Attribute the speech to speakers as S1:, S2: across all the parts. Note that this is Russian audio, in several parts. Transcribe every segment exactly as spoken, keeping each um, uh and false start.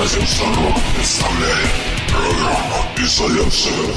S1: Радиосторон представляет программу «Изоляция».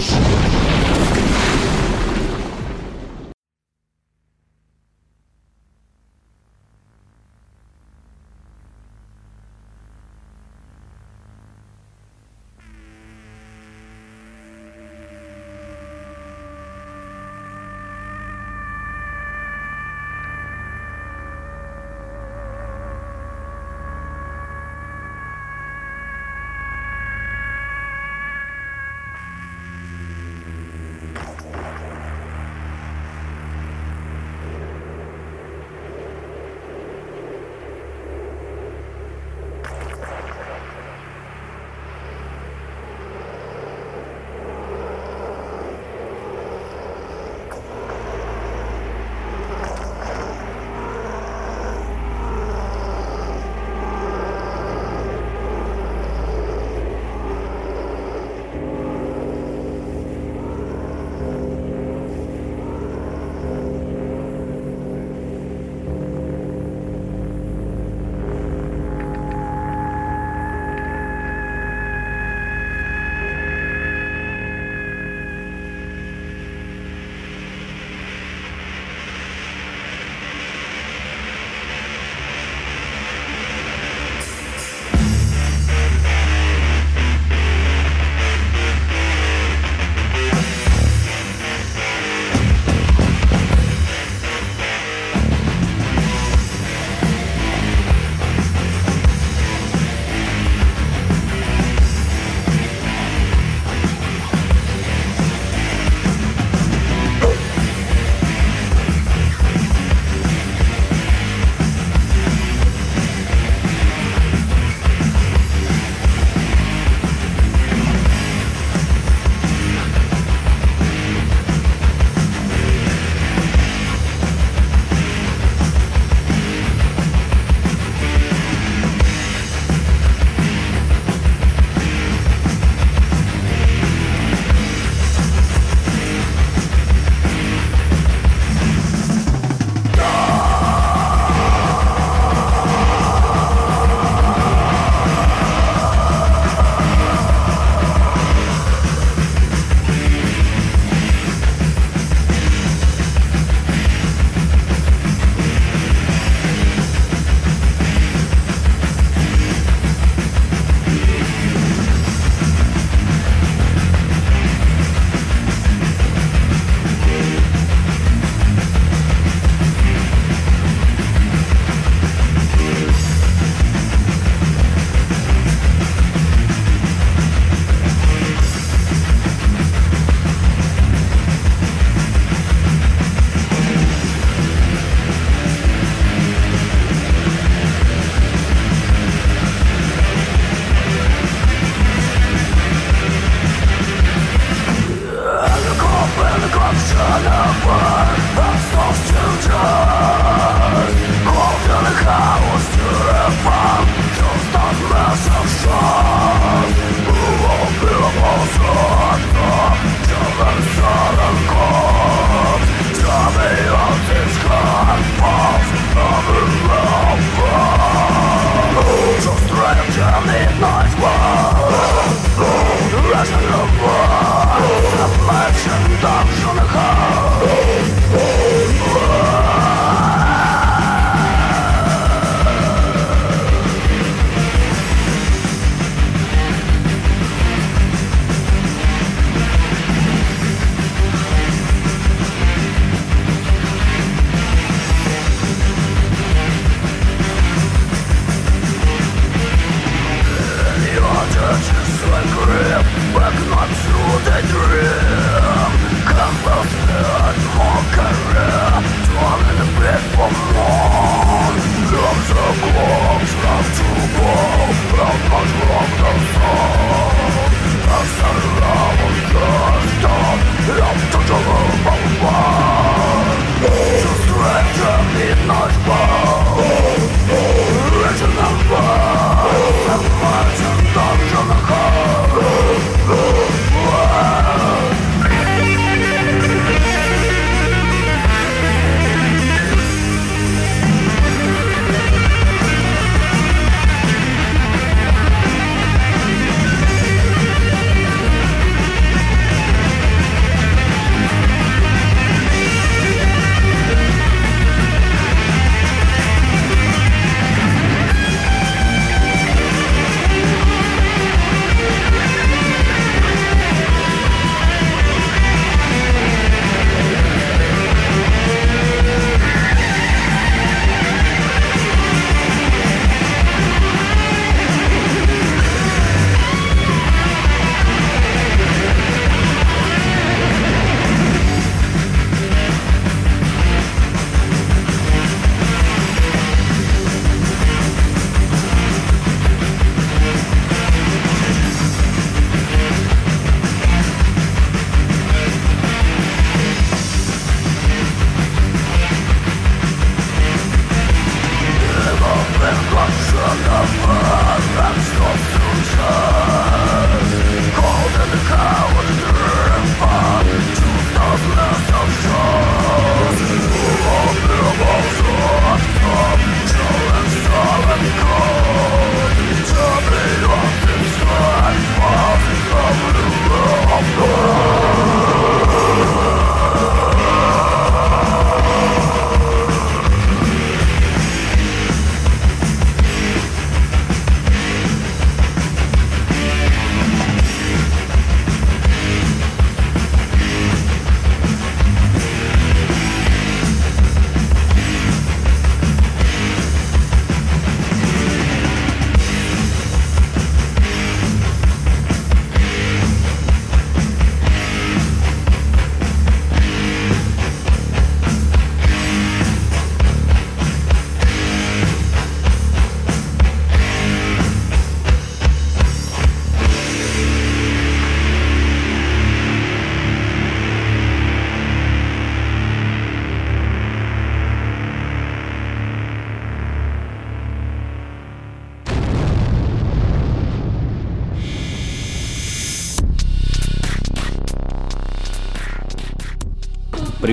S2: Your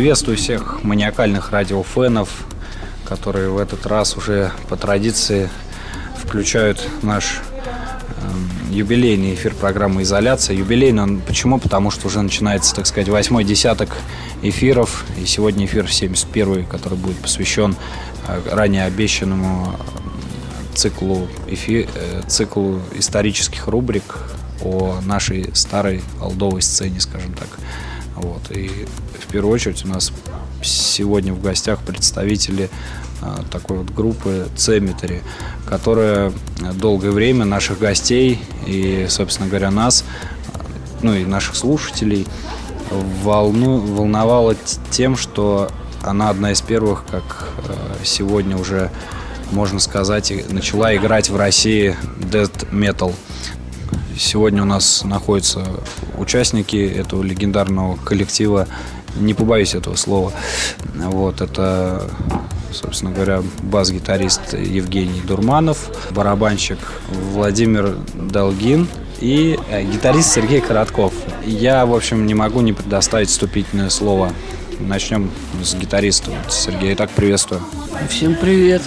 S2: Приветствую всех маниакальных радиофенов, которые в этот раз уже по традиции включают наш э, юбилейный эфир программы «Изоляция». Юбилейный он почему? Потому что уже начинается, так сказать, восьмой десяток эфиров. И сегодня эфир семьдесят первый, который будет посвящен э, ранее обещанному циклу, эфир, э, циклу исторических рубрик о нашей старой олдовой сцене, скажем так. Вот. И в первую очередь у нас сегодня в гостях представители а, такой вот группы Cemetery, которая долгое время наших гостей и, собственно говоря, нас, ну и наших слушателей волну, волновала тем, что она одна из первых, как а, сегодня уже можно сказать, начала играть в России death metal. Сегодня у нас находятся участники этого легендарного коллектива, не побоюсь этого слова. Вот, это, собственно говоря, бас-гитарист Евгений Дурманов, барабанщик Владимир Долгин и гитарист Сергей Коротков. Я, в общем, не могу не предоставить вступительное слово. Начнем с гитариста. Сергей, итак, приветствую.
S3: Всем привет.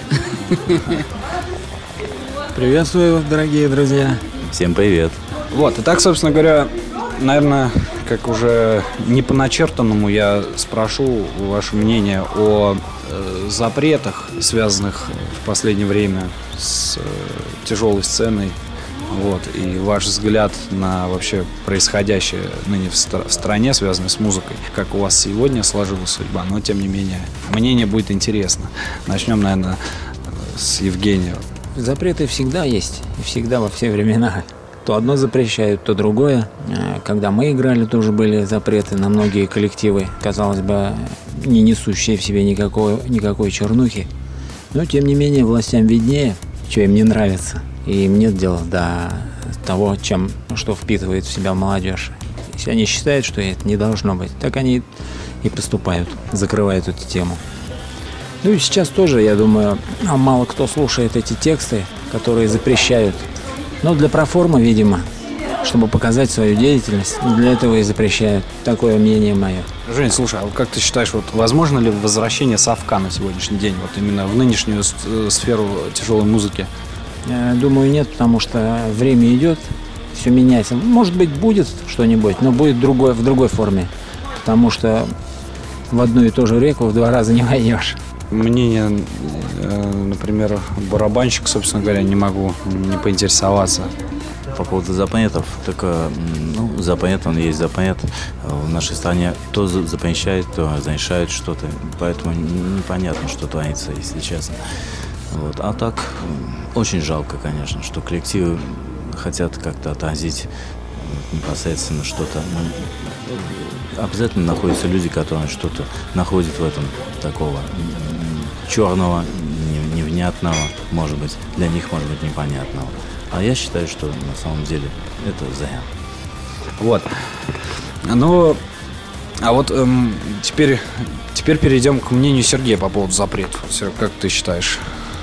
S3: Приветствую, дорогие друзья.
S4: Всем привет.
S2: Вот, и так, собственно говоря, наверное, как уже не по начертанному я спрошу ваше мнение о э, запретах, связанных в последнее время с э, тяжелой сценой. Вот, и ваш взгляд на вообще происходящее ныне в, стра- в стране, связанное с музыкой. Как у вас сегодня сложилась судьба, но тем не менее, мнение будет интересно. Начнем, наверное, с Евгения.
S3: Запреты всегда есть, и всегда во все времена. То одно запрещают, то другое. Когда мы играли, тоже были запреты на многие коллективы, казалось бы, не несущие в себе никакой, никакой чернухи. Но, тем не менее, властям виднее, что им не нравится. И им нет дела до того, чем, что впитывает в себя молодежь. Если они считают, что это не должно быть, так они и поступают, закрывают эту тему. Ну и сейчас тоже, я думаю, мало кто слушает эти тексты, которые запрещают. Но для проформы, видимо, чтобы показать свою деятельность, для этого и запрещают. Такое мнение мое.
S2: Жень, слушай, а как ты считаешь, вот возможно ли возвращение совка на сегодняшний день, вот именно в нынешнюю сферу тяжелой музыки?
S3: Думаю, нет, потому что время идет, все меняется. Может быть, будет что-нибудь, но будет другое, в другой форме. Потому что в одну и ту же реку в два раза не войдешь.
S2: Мнение, например, барабанщик, собственно говоря, не могу не поинтересоваться.
S4: По поводу запретов, так, ну, запрет, он есть запрет. В нашей стране то запрещает, то разрешает что-то. Поэтому непонятно, что творится, если честно. Вот. А так, очень жалко, конечно, что коллективы хотят как-то отразить непосредственно что-то. Ну, обязательно находятся люди, которые что-то находят в этом такого черного, невнятного, может быть, для них, может быть, непонятного. А я считаю, что на самом деле это зря.
S2: Вот. Ну, а вот эм, теперь, теперь перейдем к мнению Сергея по поводу запретов. Серег, как ты считаешь?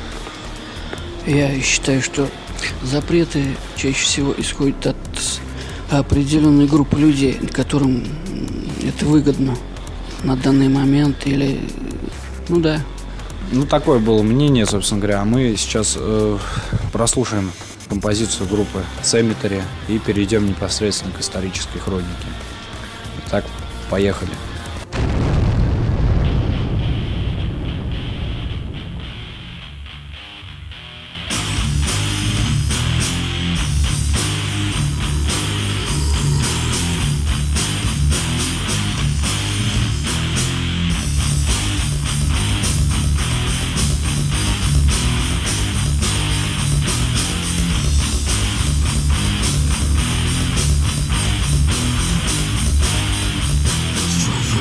S5: Я считаю, что запреты чаще всего исходят от определенной группы людей, которым это выгодно на данный момент или... Ну да.
S2: Ну, такое было мнение, собственно говоря. А мы сейчас э, прослушаем композицию группы Cemetery и перейдем непосредственно к исторической хронике. Итак, поехали.
S1: Strength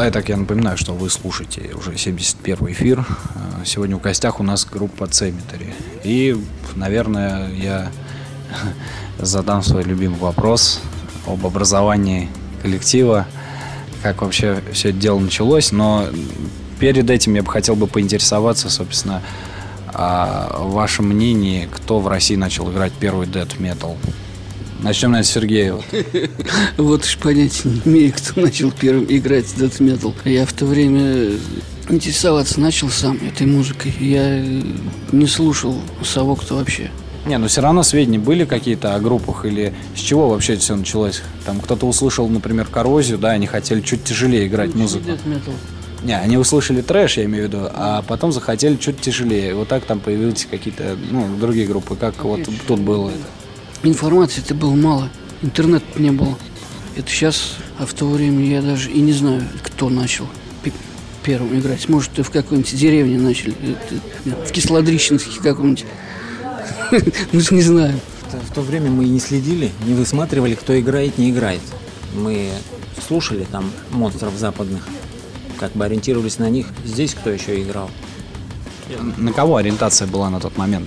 S2: Да, и так я напоминаю, что вы слушаете уже семьдесят первый эфир. Сегодня в гостях у нас группа Cemetery. И, наверное, я задам свой любимый вопрос об образовании коллектива, как вообще все это дело началось. Но перед этим я бы хотел бы поинтересоваться, собственно, о вашем мнении, кто в России начал играть первый death metal. Начнем, наверное, с Сергея.
S5: Вот уж понятия не имею, кто начал первым играть death metal. Я в то время интересоваться начал сам этой музыкой. Я не слушал совок-то вообще.
S2: Не, но все равно сведения были какие-то о группах, или с чего вообще это все началось? Там кто-то услышал, например, коррозию, да, они хотели чуть тяжелее играть музыку.
S5: Death metal.
S2: Не, они услышали трэш, я имею в виду, а потом захотели чуть тяжелее. Вот так там появились какие-то, ну, другие группы. Как вот тут было это?
S5: Информации-то было мало, интернета не было. Это сейчас, а в то время я даже и не знаю, кто начал первым играть. Может, в какой-нибудь деревне начали, в Кислодрищенске каком-нибудь. Ну, не знаю.
S3: В то время мы и не следили, не высматривали, кто играет, не играет. Мы слушали там монстров западных, как бы ориентировались на них. Здесь кто еще играл?
S2: На кого ориентация была на тот момент?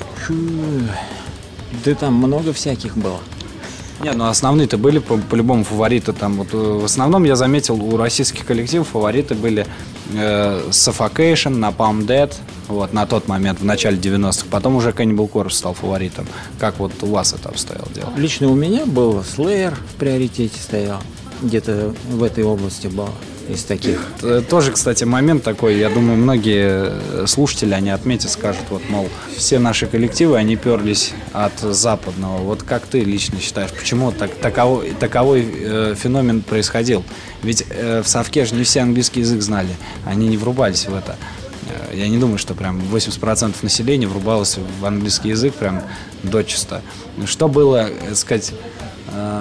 S3: Да там много всяких было.
S2: Не, ну основные-то были по- по-любому фавориты там. Вот, в основном я заметил, у российских коллективов фавориты были э, Suffocation, Napalm Death, вот, на тот момент, в начале девяностых. Потом уже Cannibal Corpse стал фаворитом. Как вот у вас это обстояло дело?
S3: Лично у меня был Slayer в приоритете стоял. Где-то в этой области было из таких.
S2: Т- Тоже, кстати, момент такой, я думаю, многие слушатели, они отметят, скажут, вот, мол, все наши коллективы, они перлись от западного. Вот как ты лично считаешь, почему так, таковой, таковой э, феномен происходил? Ведь э, в совке же не все английский язык знали, они не врубались в это. Э, Я не думаю, что прям восемьдесят процентов населения врубалось в английский язык прям дочисто. Что было, так сказать, э,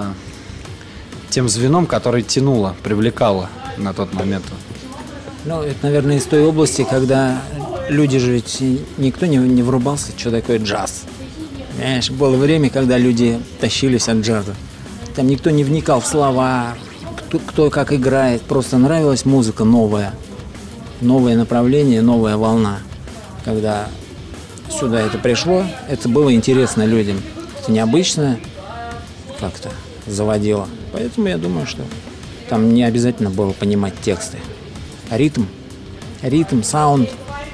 S2: тем звеном, которое тянуло, привлекало на тот момент?
S3: Ну, это, наверное, из той области, когда люди же ведь никто не, не врубался, что такое джаз. Понимаешь, было время, когда люди тащились от джаза. Там никто не вникал в слова, кто, кто как играет. Просто нравилась музыка новая. Новое направление, новая волна. Когда сюда это пришло, это было интересно людям. Это необычно как-то заводило. Поэтому я думаю, что там не обязательно было понимать тексты. Ритм, ритм, саунд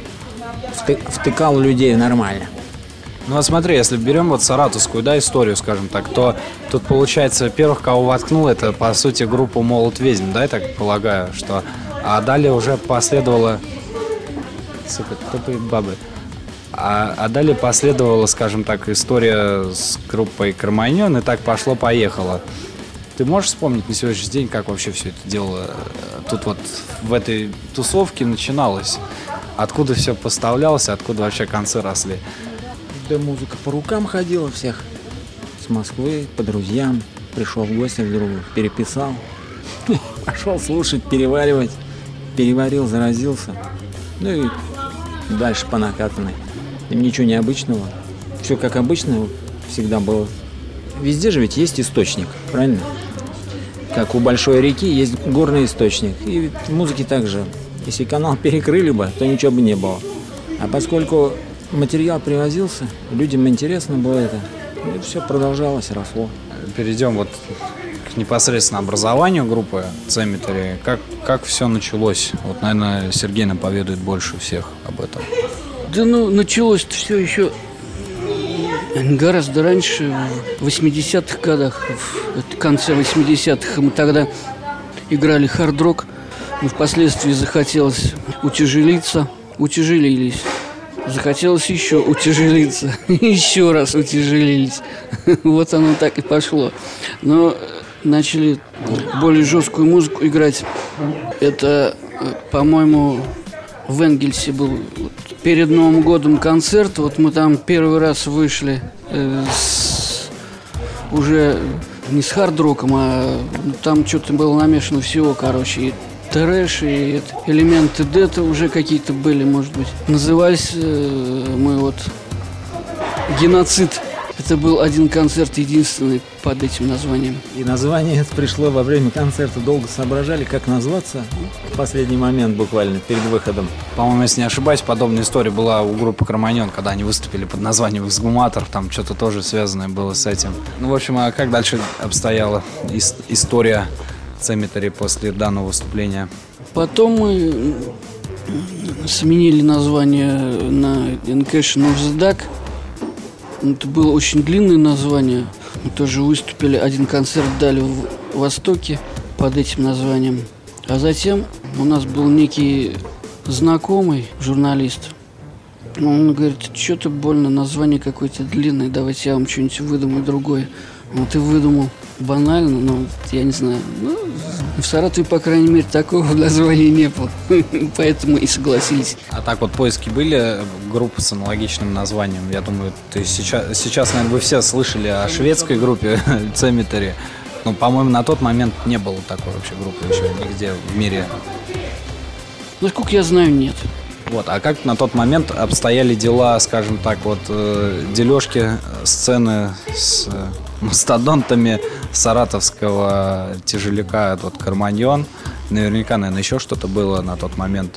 S3: вты- втыкал людей нормально.
S2: Ну вот смотри, если берем вот саратовскую, да, историю, скажем так, то тут получается первых, кого воткнул, это по сути группу «Молот ведьм», да, я так полагаю, что... А далее уже последовало... Сука, тупые бабы. А, а далее последовала, скажем так, история с группой «Кроманьон», и так пошло-поехало. Ты можешь вспомнить на сегодняшний день, как вообще все это дело тут вот в этой тусовке начиналось? Откуда все поставлялось, откуда вообще концы росли?
S3: Да музыка по рукам ходила всех. С Москвы, по друзьям. Пришел в гости к другу, переписал. Пошел слушать, переваривать. Переварил, заразился. Ну и дальше по накатанной. Ничего необычного. Все как обычно всегда было. Везде же ведь есть источник, правильно? Как у большой реки есть горный источник. И в музыке также. Если канал перекрыли бы, то ничего бы не было. А поскольку материал привозился, людям интересно было это, и все продолжалось, росло.
S2: Перейдем вот к непосредственно образованию группы Cemetery. Как, как все началось? Вот, наверное, Сергей нам поведает больше всех об этом.
S5: Да ну, началось-то все еще гораздо раньше, в восьмидесятых годах, в конце восьмидесятых. Мы тогда играли хард-рок, но впоследствии захотелось утяжелиться, утяжелились. Захотелось еще утяжелиться, еще раз утяжелились. Вот оно так и пошло. Но начали более жесткую музыку играть. Это, по-моему, в Энгельсе был перед Новым годом концерт. Вот мы там первый раз вышли э, с, уже не с хард-роком, а там что-то было намешано всего, короче. И трэш, и это, элементы дэта уже какие-то были, может быть. Назывались э, мы вот «Геноцид». Это был один концерт, единственный под этим названием.
S3: И название это пришло во время концерта. Долго соображали, как назваться. В последний момент буквально, перед выходом.
S2: По-моему, если не ошибаюсь, подобная история была у группы «Кроманьон», когда они выступили под названием «Эксгуматор». Там что-то тоже связанное было с этим. Ну, в общем, а как дальше обстояла ис- история Cemetery после данного выступления?
S5: Потом мы сменили название на Incation of the Duck. Это было очень длинное название. Мы тоже выступили, один концерт дали в Востоке под этим названием. А затем у нас был некий знакомый журналист. Он говорит, что-то больно, название какое-то длинное, давайте я вам что-нибудь выдумаю другое. Вот и выдумал. Банально, но я не знаю. Ну, в Саратове, по крайней мере, такого названия не было. Поэтому и согласились.
S2: А так вот поиски были группы с аналогичным названием? Я думаю, ты сейчас, сейчас, наверное, вы все слышали о шведской группе Cemetery. Ну, по-моему, на тот момент не было такой вообще группы еще нигде в мире.
S5: Насколько я знаю, нет.
S2: Вот, а как на тот момент обстояли дела, скажем так, вот э, дележки сцены с э, мастодонтами саратовского тяжеляка, вот «Кроманьон»? Наверняка, наверное, еще что-то было на тот момент.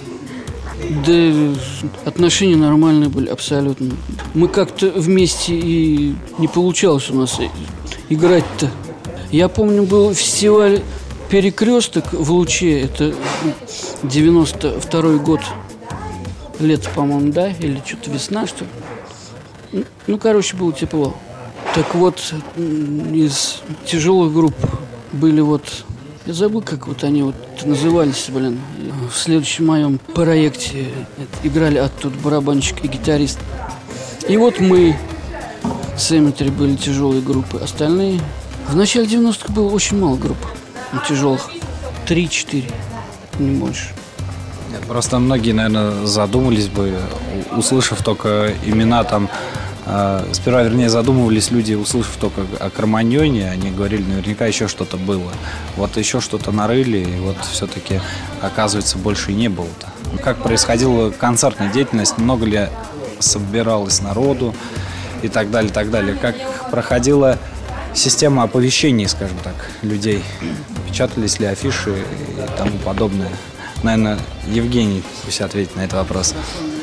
S5: Да, отношения нормальные были, абсолютно. Мы как-то вместе и не получалось у нас играть-то. Я помню, был фестиваль «Перекресток» в Луче, это девяносто второй год. Лето, по-моему, да? Или что-то весна, что ли? Ну, короче, было тепло. Так вот, из тяжелых групп были вот... Я забыл, как вот они вот назывались, блин. В следующем моем проекте играли оттуда барабанщик и гитарист. И вот мы, Cemetery, были тяжелые группы. Остальные... В начале девяностых было очень мало групп тяжелых. Три-четыре, не больше.
S2: Нет, просто многие, наверное, задумались бы, услышав только имена там. Э, сперва, вернее, задумывались люди, услышав только о «Кроманьоне», они говорили, наверняка еще что-то было. Вот еще что-то нарыли, и вот все-таки, оказывается, больше и не было-то. Как происходила концертная деятельность, много ли собиралось народу и так далее, так далее. Как проходила система оповещений, скажем так, людей. Печатались ли афиши и тому подобное. Наверное, Евгений пусть ответит на этот вопрос.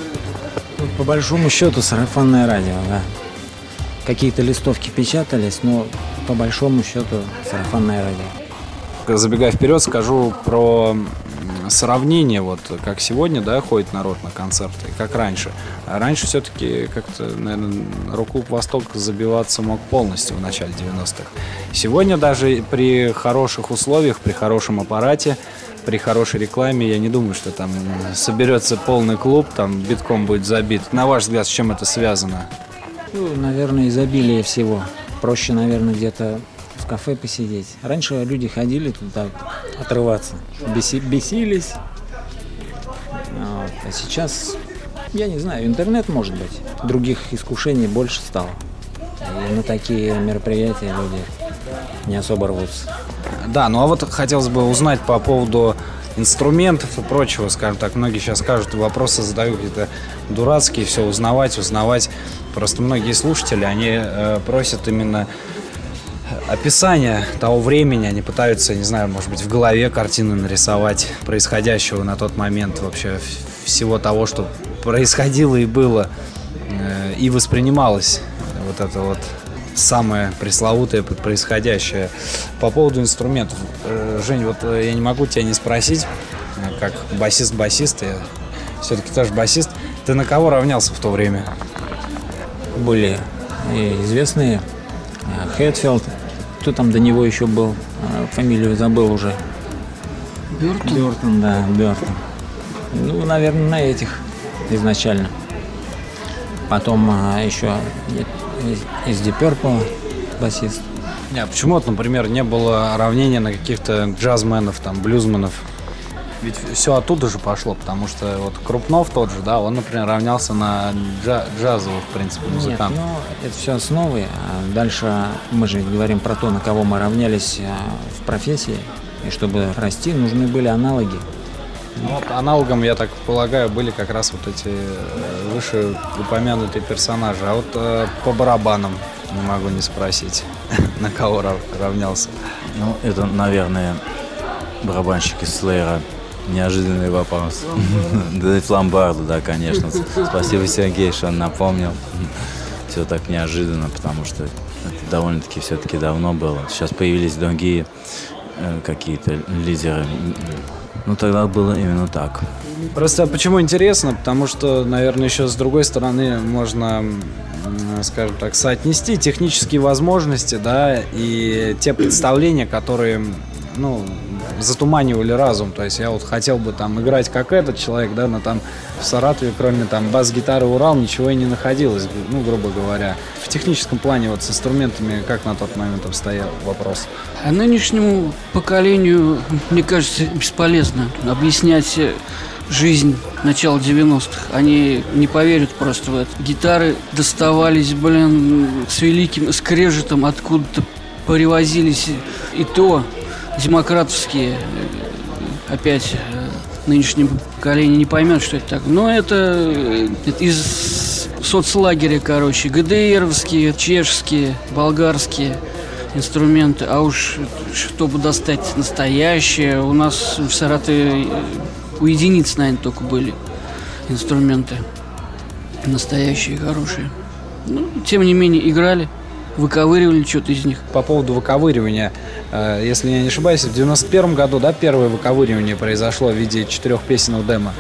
S3: По большому счету сарафанное радио, да. Какие-то листовки печатались, но по большому счету сарафанное радио.
S2: Забегая вперед, скажу про сравнение, вот как сегодня, да, ходит народ на концерты, и как раньше. А раньше все-таки как-то, наверное, рок-клуб «Восток» забиваться мог полностью в начале девяностых. Сегодня даже при хороших условиях, при хорошем аппарате, при хорошей рекламе, я не думаю, что там соберется полный клуб, там битком будет забит. На ваш взгляд, с чем это связано?
S3: Ну, наверное, изобилие всего. Проще, наверное, где-то в кафе посидеть. Раньше люди ходили туда отрываться, беси, бесились. Вот. А сейчас, я не знаю, интернет, может быть, других искушений больше стало. И на такие мероприятия люди не особо рвутся.
S2: Да, ну а вот хотелось бы узнать по поводу инструментов и прочего, скажем так. Многие сейчас скажут, вопросы задают какие-то дурацкие, все узнавать, узнавать. Просто многие слушатели, они э, просят именно описания того времени. Они пытаются, не знаю, может быть, в голове картину нарисовать происходящего на тот момент, вообще всего того, что происходило и было, э, и воспринималось вот это вот самое пресловутое происходящее. По поводу инструментов. Жень, вот я не могу тебя не спросить, как басист-басист, я все-таки тоже басист, ты на кого равнялся в то время?
S3: Были известные. Хэтфилд, кто там до него еще был, фамилию забыл уже.
S5: Бёртон?
S3: Бёртон, да, Бёртон. Ну, наверное, на этих изначально. Потом еще из Deep Purple басист.
S2: Не, а почему, вот, например, не было равнения на каких-то джазменов, там, блюзменов? Ведь все оттуда же пошло, потому что вот Крупнов тот же, да, он, например, равнялся на джа- джазовых, в принципе, музыкантов.
S3: Нет, ну, это все основы. А дальше мы же говорим про то, на кого мы равнялись в профессии. И чтобы расти, нужны были аналоги.
S2: Ну, вот аналогом, я так полагаю, были как раз вот эти вышеупомянутые персонажи. А вот э, по барабанам не могу не спросить, на кого равнялся.
S4: Ну, это, наверное, барабанщик из Слэйра. Неожиданный вопрос. Да, Ломбарду, да, конечно. Спасибо, Сергей, что он напомнил. Все так неожиданно, потому что это довольно-таки все-таки давно было. Сейчас появились другие э, какие-то лидеры. Ну, тогда было именно так.
S2: Просто почему интересно? Потому что, наверное, еще с другой стороны можно, скажем так, соотнести технические возможности, да, и те представления, которые, ну, затуманивали разум. То есть я вот хотел бы там играть как этот человек, да, но там в Саратове, кроме там бас-гитары Урал, ничего и не находилось, ну, грубо говоря. В техническом плане вот с инструментами как на тот момент обстоял вопрос?
S5: А нынешнему поколению, мне кажется, бесполезно объяснять жизнь начала девяностых. Они не поверят просто в это. Гитары доставались, блин, с великим скрежетом, откуда-то привозились, и то демократовские, опять нынешнее поколение не поймет, что это так. Но это, это из соцлагеря, короче, ГДРовские, чешские, болгарские инструменты. А уж чтобы достать настоящее, у нас в Саратове у единиц, наверное, только были инструменты настоящие, хорошие. Ну, тем не менее, играли. Выковыривали что-то из них.
S2: По поводу выковыривания, э, если я не ошибаюсь, в девяносто первом году, да, первое выковыривание произошло в виде четырехпесенного демо?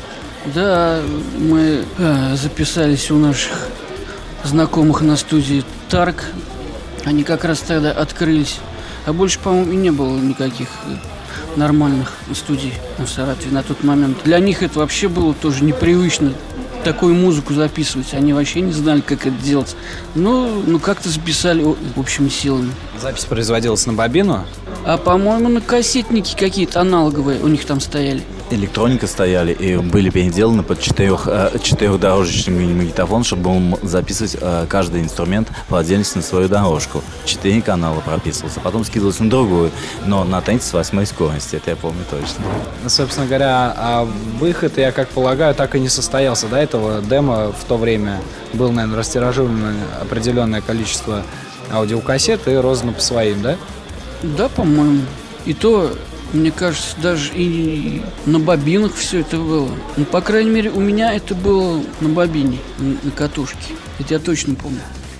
S5: Да, мы э, записались у наших знакомых на студии Тарк. Они как раз тогда открылись. А больше, по-моему, и не было никаких нормальных студий в Саратове на тот момент. Для них это вообще было тоже непривычно. Такую музыку записывать. Они вообще не знали, как это делать. Ну, ну как-то записали общими силами.
S2: Запись производилась на бобину?
S5: А, по-моему, на кассетники какие-то аналоговые у них там стояли.
S4: Электроника стояли, и были переделаны под четырех, четырехдорожечный магнитофон, чтобы он записывать каждый инструмент по отдельности на свою дорожку. Четыре канала прописывался, потом скидывался на другую, но на тридцать восьмой скорости, это я помню точно.
S2: Собственно говоря, а выход, я как полагаю, так и не состоялся. До этого демо в то время был, наверное, растиражировано определенное количество аудиокассет и роздано по своим, да?
S5: Да, по-моему. И то, мне кажется, даже и на бобинах все это было. Ну, по крайней мере, у меня это было на бобине, на катушке. Это я точно помню.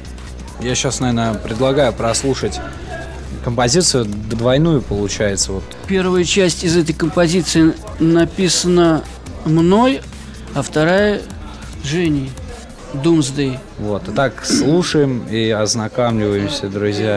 S2: Я сейчас, наверное, предлагаю прослушать композицию двойную, получается. Вот.
S5: Первая часть из этой композиции написана мной, а вторая Женей. Doomsday.
S2: Вот. Итак, слушаем и ознакомливаемся, друзья.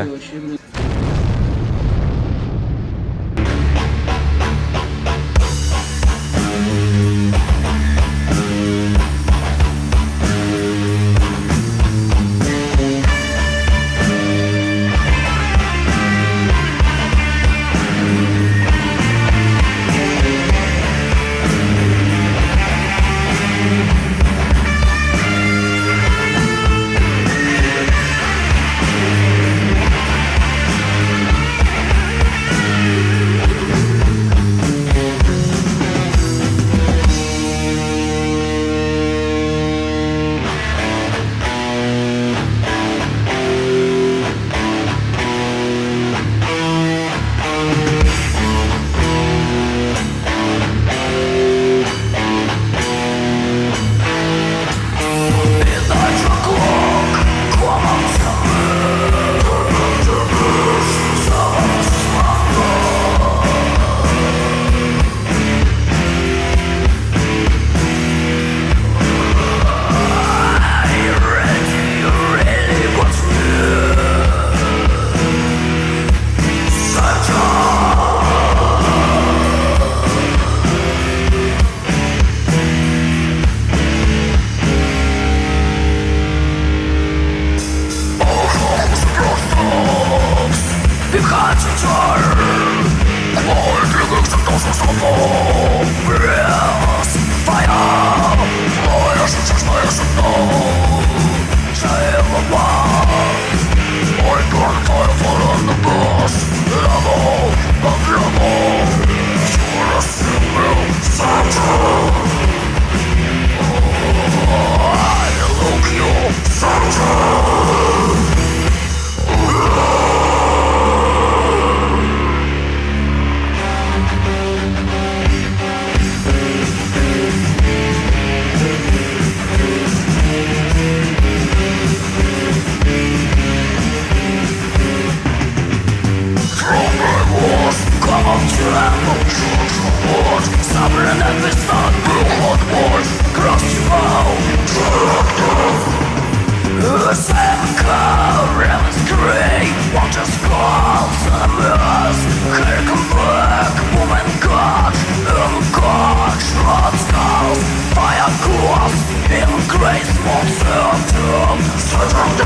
S1: Sorry.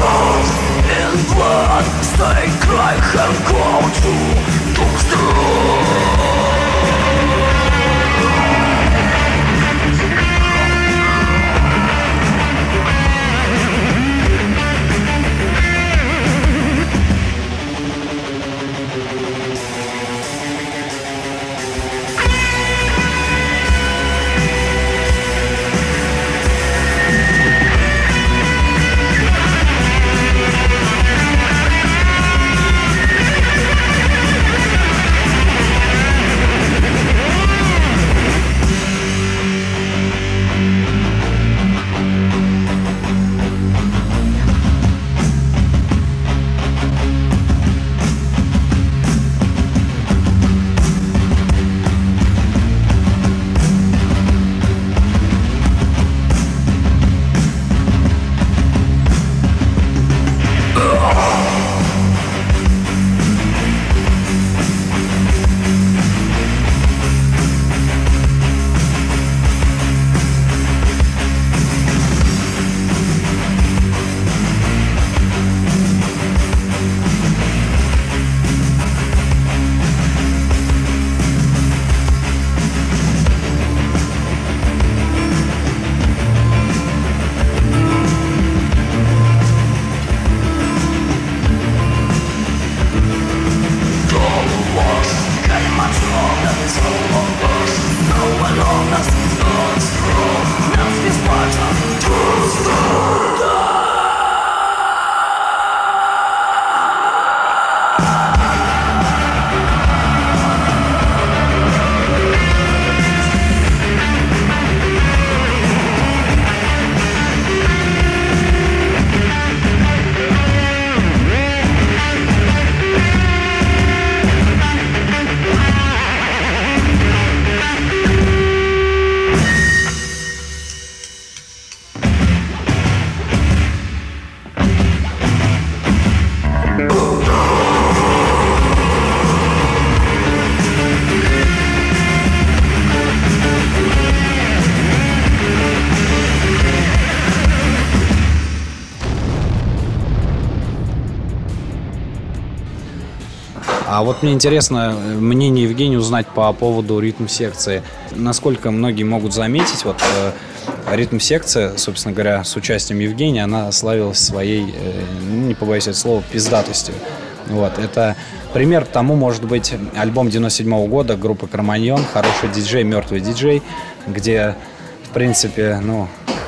S2: А вот мне интересно мнение Евгения узнать по поводу ритм-секции. Насколько многие могут заметить, вот э, ритм-секция, собственно говоря, с участием Евгения, она славилась своей, э, не побоюсь этого слова, пиздатостью. Вот. Это пример тому может быть альбом девяносто седьмого года группы Кроманьон «Хороший диджей, мертвый диджей», где, в принципе, ну,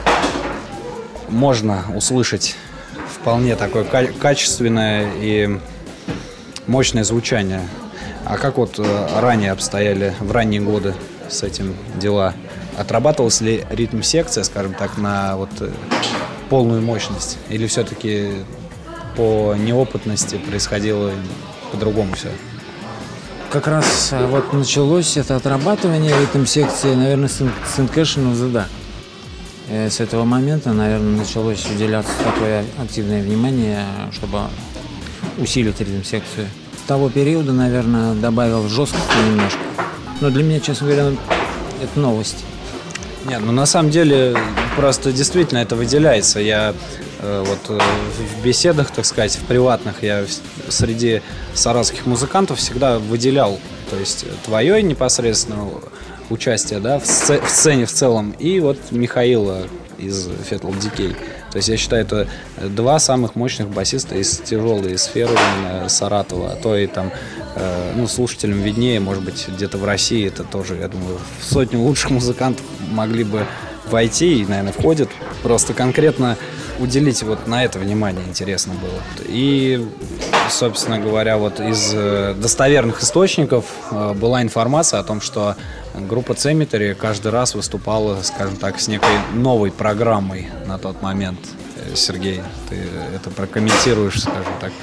S2: можно услышать вполне такое качественное и мощное звучание. А как вот ранее обстояли в ранние годы с этим дела? Отрабатывалась ли ритм-секция, скажем так, на вот полную мощность? Или все-таки по неопытности происходило по-другому все?
S3: Как раз вот началось это отрабатывание ритм-секции, наверное, с Incation of the Dark. С этого момента, наверное, началось уделяться такое активное внимание, чтобы усилить ритм-секцию. С того периода, наверное, добавил жесткости немножко. Но для меня, честно говоря, это новость.
S2: Нет, ну на самом деле просто действительно это выделяется. Я э, вот э, в беседах, так сказать, в приватных, я в, среди саратовских музыкантов всегда выделял, то есть твое непосредственно участие, да, в, сц- в сцене в целом, и вот Михаила из Fatal Decay. То есть я считаю, это два самых мощных басиста из тяжелой сферы именно Саратова. А то и там, э, ну, слушателям виднее, может быть, где-то в России это тоже, я думаю, в сотню лучших музыкантов могли бы войти и, наверное, входят. Просто конкретно уделить вот на это внимание интересно было. И, собственно говоря, вот из достоверных источников была информация о том, что группа Cemetery каждый раз выступала, скажем так, с некой новой программой на тот момент. Сергей, ты это прокомментируешь, скажем так?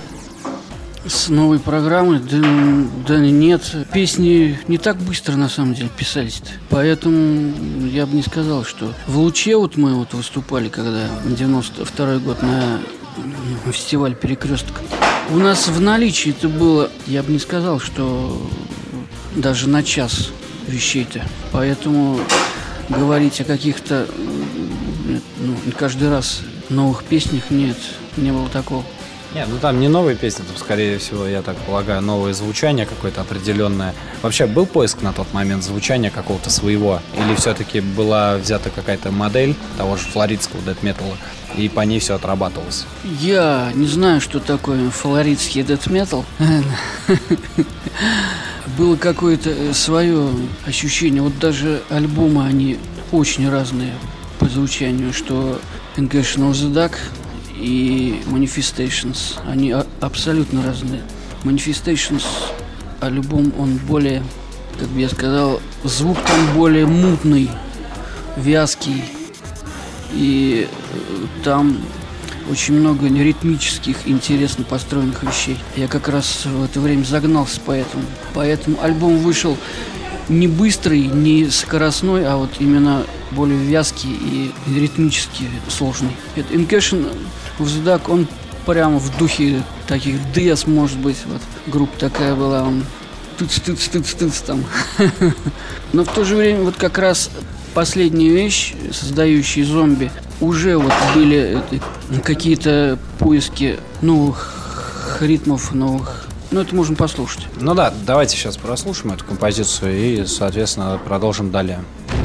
S5: С новой программой? Да, да нет. Песни не так быстро, на самом деле, писались-то. Поэтому я бы не сказал, что... В Луче вот мы вот выступали, когда девяносто второй год на фестиваль «Перекресток». У нас в наличии это было, я бы не сказал, что даже на час вещей-то. Поэтому говорить о каких-то... Ну, каждый раз новых песнях нет, не было такого.
S2: Нет, ну там не новые песни, там, скорее всего, я так полагаю, новое звучание какое-то определенное. Вообще был поиск на тот момент звучания какого-то своего? Или все-таки была взята какая-то модель того же флоридского дэт-металла, и по ней все отрабатывалось?
S5: Я не знаю, что такое флоридский дэт-метал. Было какое-то свое ощущение. Вот даже альбомы, они очень разные по звучанию, что Incarnation of the Dark и Manifestations, они а- абсолютно разные. Manifestations альбом, он более, как бы я сказал, звук там более мутный, вязкий, и там очень много ритмических, интересно построенных вещей. Я как раз в это время загнался поэтому. Поэтому альбом вышел не быстрый, не скоростной, а вот именно более вязкий и ритмически сложный. Это Incarnation of the Dark, он прямо в духе таких дэс, может быть, вот группа такая была, он тыц-тыц-тыц-тыц там. Но в то же время вот как раз последняя вещь, создающие зомби, уже вот были это, какие-то поиски новых ритмов, новых. Ну, это можно послушать.
S2: Ну да, давайте сейчас прослушаем эту композицию и, соответственно, продолжим далее.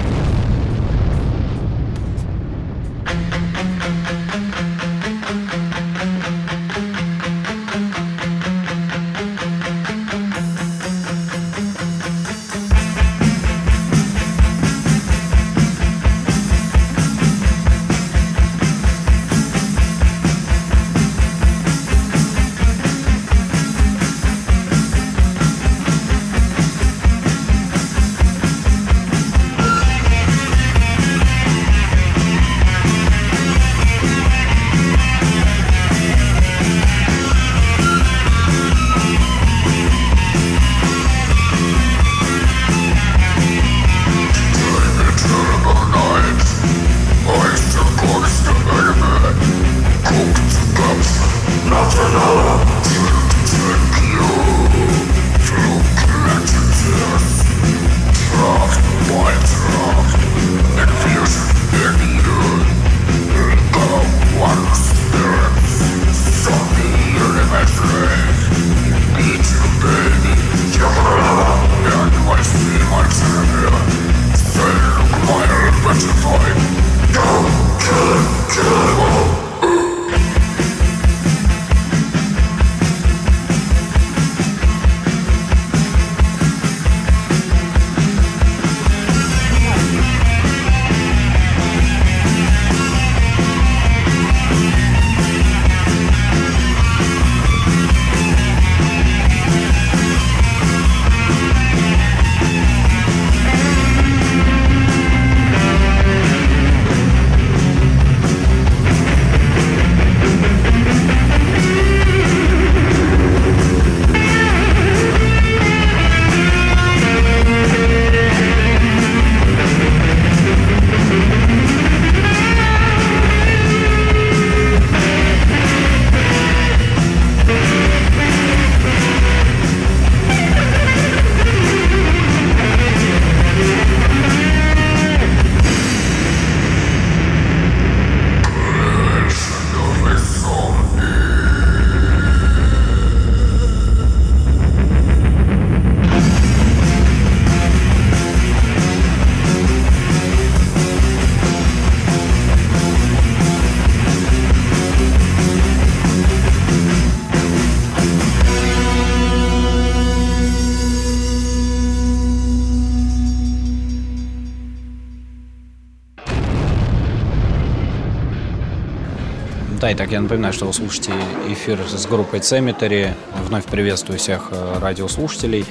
S2: Да, итак, я напоминаю, что вы слушаете эфир с группой Cemetery. Вновь приветствую всех радиослушателей.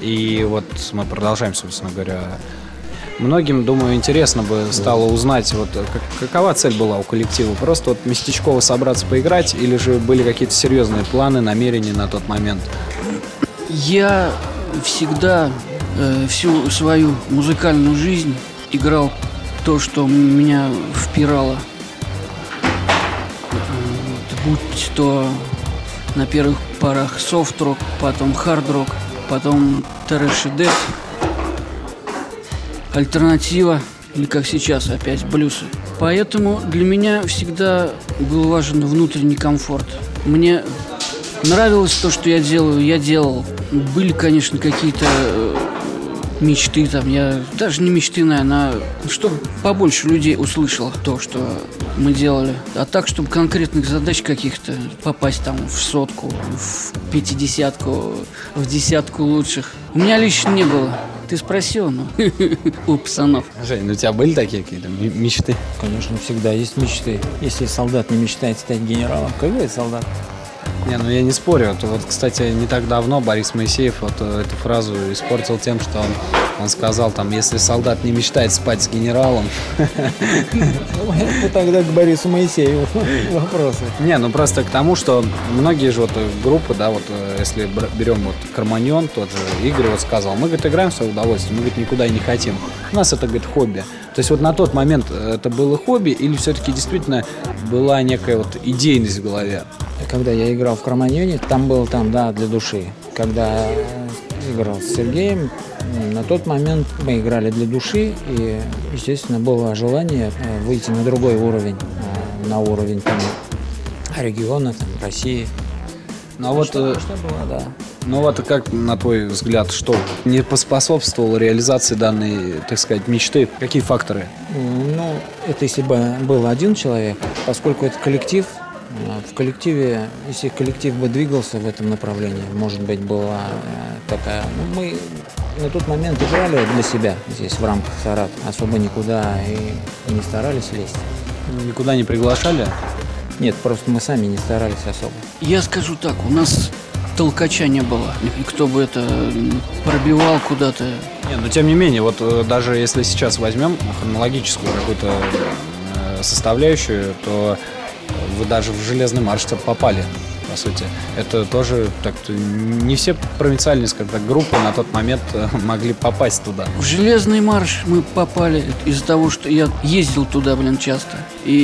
S2: И вот мы продолжаем, собственно говоря. Многим, думаю, интересно бы стало узнать, вот как, какова цель была у коллектива. Просто вот местечково собраться поиграть, или же были какие-то серьезные планы, намерения на тот момент?
S5: Я всегда э, всю свою музыкальную жизнь играл то, что меня впирало. Будь то на первых порах софт-рок, потом хард-рок, потом трэш и дэт, альтернатива, или как сейчас опять блюсы. Поэтому для меня всегда был важен внутренний комфорт. Мне нравилось то, что я делаю, я делал. Были, конечно, какие-то мечты там, я даже не мечты, наверное, а чтобы побольше людей услышало то, что мы делали. А так, чтобы конкретных задач каких-то попасть там в сотку, в пятидесятку, в десятку лучших, у меня лично не было. Ты спросил, ну, у пацанов.
S2: Жень, ну у тебя были такие какие-то мечты?
S3: Конечно, всегда есть мечты. Если солдат не мечтает стать генералом, какой солдат?
S2: Не, ну я не спорю. Вот, вот, кстати, не так давно Борис Моисеев вот эту фразу испортил тем, что он, он сказал, там, если солдат не мечтает спать с генералом.
S3: Это тогда к Борису Моисееву вопросы.
S2: Не, ну просто к тому, что многие же вот группы, да, вот если берем вот Кроманьон, тот же Игорь вот сказал, мы, говорит, играем в свое удовольствие, мы, говорит, никуда и не хотим. У нас это, говорит, хобби. То есть вот на тот момент это было хобби или все-таки действительно была некая вот идейность в голове?
S3: Когда я играл в Кроманьоне, там был там, да, для души. Когда играл с Сергеем, на тот момент мы играли для души, и, естественно, было желание выйти на другой уровень, на уровень там, региона, там, России.
S2: Ну а вот,
S3: что, что было, да.
S2: Ну вот как, на твой взгляд, что не поспособствовало реализации данной, так сказать, мечты? Какие факторы?
S3: Ну, это если бы был один человек, поскольку это коллектив. В коллективе, если коллектив бы двигался в этом направлении, может быть, была такая... Ну, мы на тот момент играли для себя здесь, в рамках Саратова, особо никуда и не старались лезть.
S2: Никуда не приглашали?
S3: Нет, просто мы сами не старались особо.
S5: Я скажу так, у нас толкача не было, и кто бы это пробивал куда-то.
S2: Не, но тем не менее, вот даже если сейчас возьмем хронологическую какую-то составляющую, то вы даже в «Железный марш» попали, по сути. Это тоже так-то не все провинциальные, скажем так, группы на тот момент могли попасть туда.
S5: В «Железный марш» мы попали из-за того, что я ездил туда, блин, часто.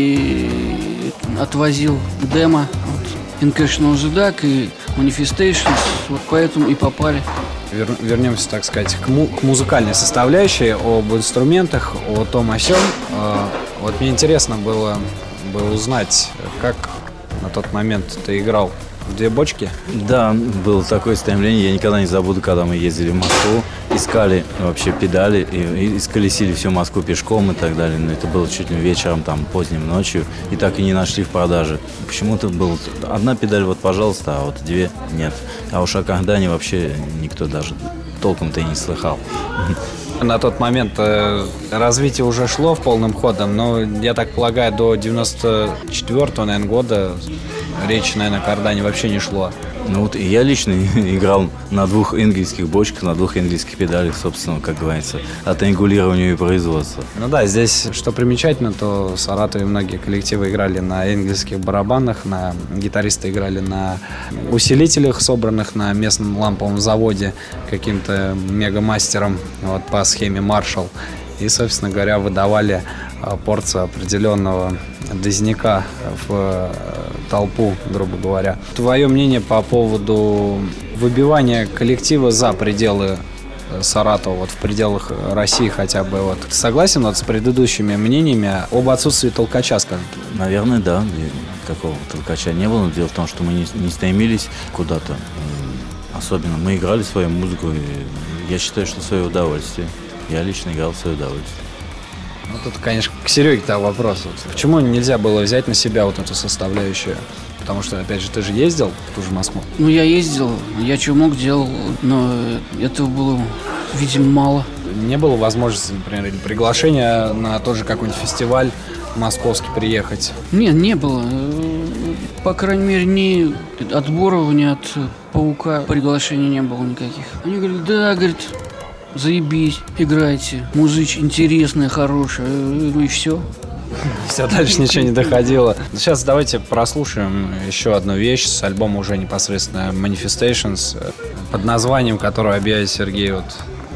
S5: И отвозил демо от Incational The Duck и Manifestations. Вот поэтому и попали.
S2: Вер, вернемся, так сказать, к, му, к музыкальной составляющей, об инструментах, о том о сём. Вот мне интересно было бы узнать, как на тот момент ты играл в две бочки.
S4: Да, было такое стремление. Я никогда не забуду, когда мы ездили в Москву, искали вообще педали, и, и исколесили всю Москву пешком и так далее. Но это было чуть ли вечером, там, поздним ночью, и так и не нашли в продаже. Почему-то была одна педаль, вот, пожалуйста, а вот две нет. А уж о Кардане вообще никто даже толком-то и не слыхал.
S2: На тот момент э, развитие уже шло в полным ходом, но, я так полагаю, до девяносто четвёртого, наверное, года речи, наверное, о Кардане вообще не шло.
S4: Ну вот и я лично играл на двух энгельских бочках, на двух энгельских педалях, собственно, как говорится, от регулирования и производства.
S2: Ну да, здесь, что примечательно, то в Саратове многие коллективы играли на энгельских барабанах, на гитаристы играли на усилителях, собранных на местном ламповом заводе каким-то мегамастером вот, по схеме Marshall. И, собственно говоря, выдавали порцию определенного дозняка в толпу, грубо говоря. Твое мнение по поводу выбивания коллектива за пределы Саратова, вот в пределах России хотя бы. Вот. Ты согласен вот с предыдущими мнениями об отсутствии толкача, скажем?
S4: Наверное, да. Такого толкача не было. Но дело в том, что мы не, не стремились куда-то. Особенно мы играли свою музыку. И я считаю, что в свое удовольствие. Я лично играл в свое удовольствие.
S2: Ну, тут, конечно, к Сереге-то вопрос. Вот. Почему нельзя было взять на себя вот эту составляющую? Потому что, опять же, ты же ездил в ту же Москву.
S5: Ну, я ездил, я что мог делал, но этого было, видимо, мало.
S2: Не было возможности, например, или приглашения на тот же какой-нибудь фестиваль московский приехать?
S5: Нет, не было. По крайней мере, ни от Борова, ни от Паука приглашений не было никаких. Они говорят, да, говорит, заебись, играйте, музыч интересная, хорошая, и все.
S2: Все, дальше ничего не доходило. Сейчас давайте прослушаем еще одну вещь с альбома уже непосредственно Manifestations, под названием, которое объявит Сергей. Вот.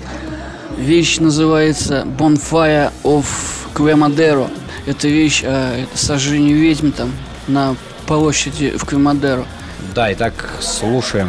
S5: Вещь называется Bonfire of Quemadero. Это вещь о сожжении ведьм там на площади в Quemadero.
S2: Да, итак, слушаем.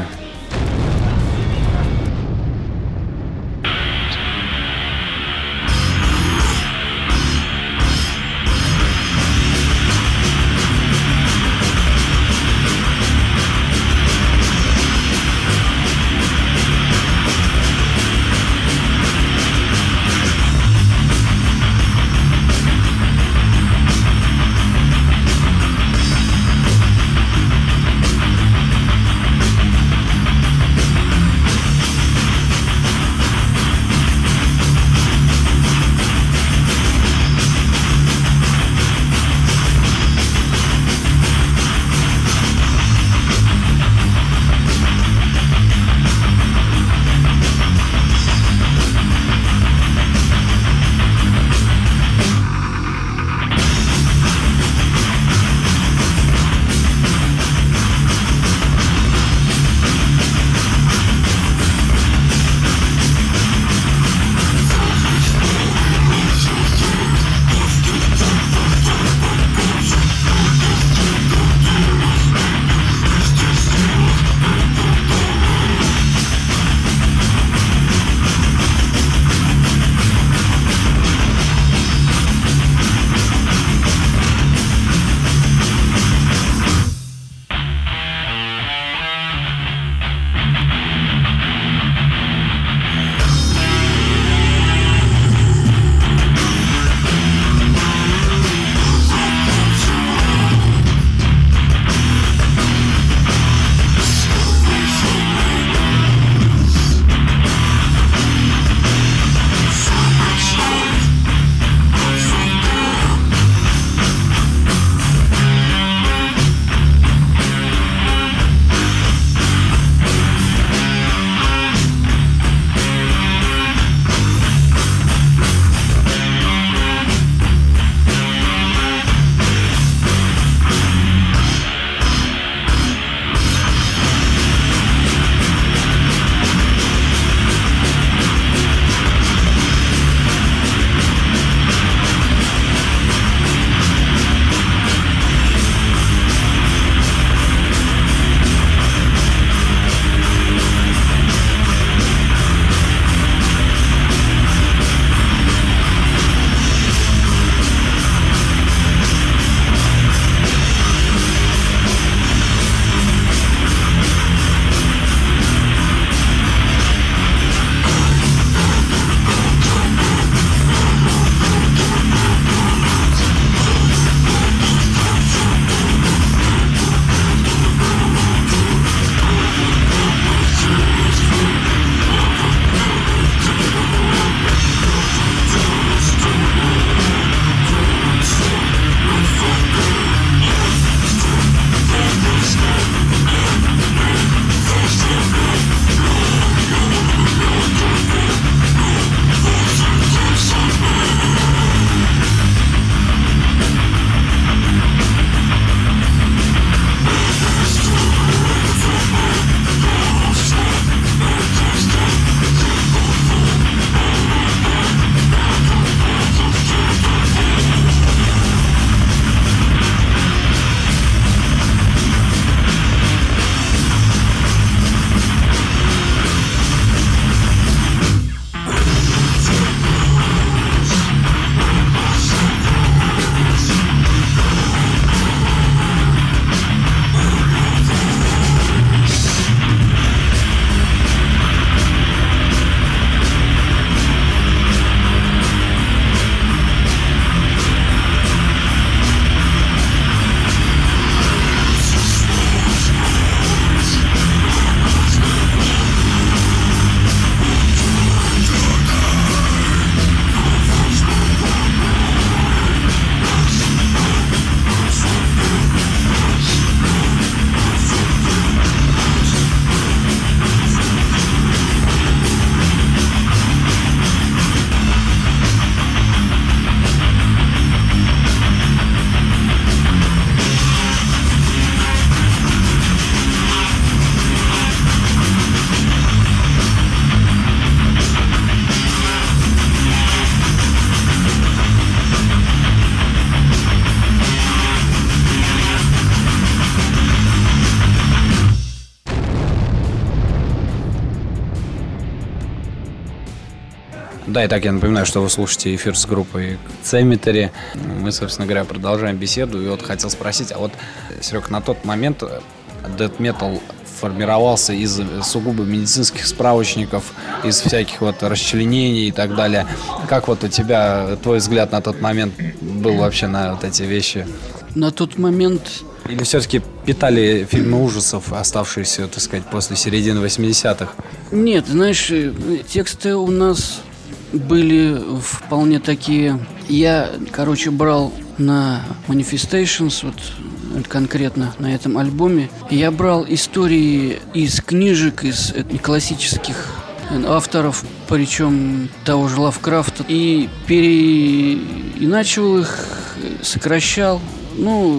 S2: Да, и так я напоминаю, что вы слушаете эфир с группой Cemetery. Мы, собственно говоря, продолжаем беседу. И вот хотел спросить, а вот, Серег, на тот момент Death Metal формировался из сугубо медицинских справочников, из всяких вот расчленений и так далее. Как вот у тебя, твой взгляд на тот момент был вообще на вот эти вещи?
S5: На тот момент...
S2: Или все-таки питали фильмы ужасов, оставшиеся, так сказать, после середины восьмидесятых?
S5: Нет, знаешь, тексты у нас были вполне такие... Я, короче, брал на Manifestations, вот конкретно на этом альбоме, я брал истории из книжек, из классических авторов, причем того же Лавкрафта, и переиначивал их, сокращал, ну,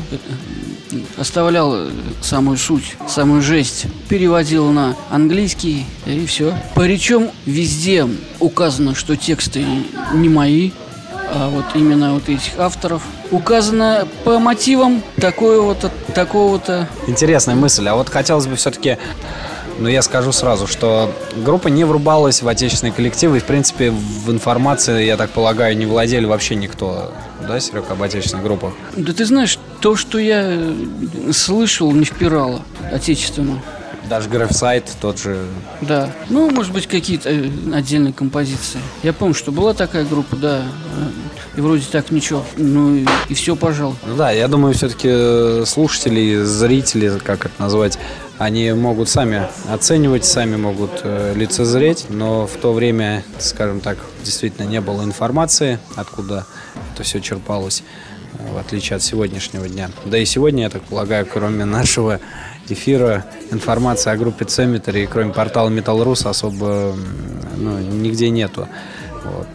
S5: оставлял самую суть, самую жесть, переводил на английский, и все. Причем везде указано, что тексты не мои, а вот именно вот этих авторов. Указано по мотивам такого-то, такого-то.
S2: Интересная мысль. А вот хотелось бы все-таки, ну, я скажу сразу, что группа не врубалась в отечественные коллективы. И, в принципе, в информации, я так полагаю, не владели вообще никто, да, Серега, об отечественных группах?
S5: Да ты знаешь, то, что я слышал, не впирало отечественно.
S2: Даже Грефсайд тот же.
S5: Да. Ну, может быть, какие-то отдельные композиции. Я помню, что была такая группа, да. И вроде так ничего. Ну и, и все, пожалуй.
S2: Ну да, я думаю, все-таки слушатели, зрители, как это назвать, они могут сами оценивать, сами могут э, лицезреть, но в то время, скажем так, действительно не было информации, откуда это все черпалось, в отличие от сегодняшнего дня. Да и сегодня, я так полагаю, кроме нашего эфира, информации о группе Cemetery, и кроме портала Metal.Rus особо, ну, нигде нету. Вот.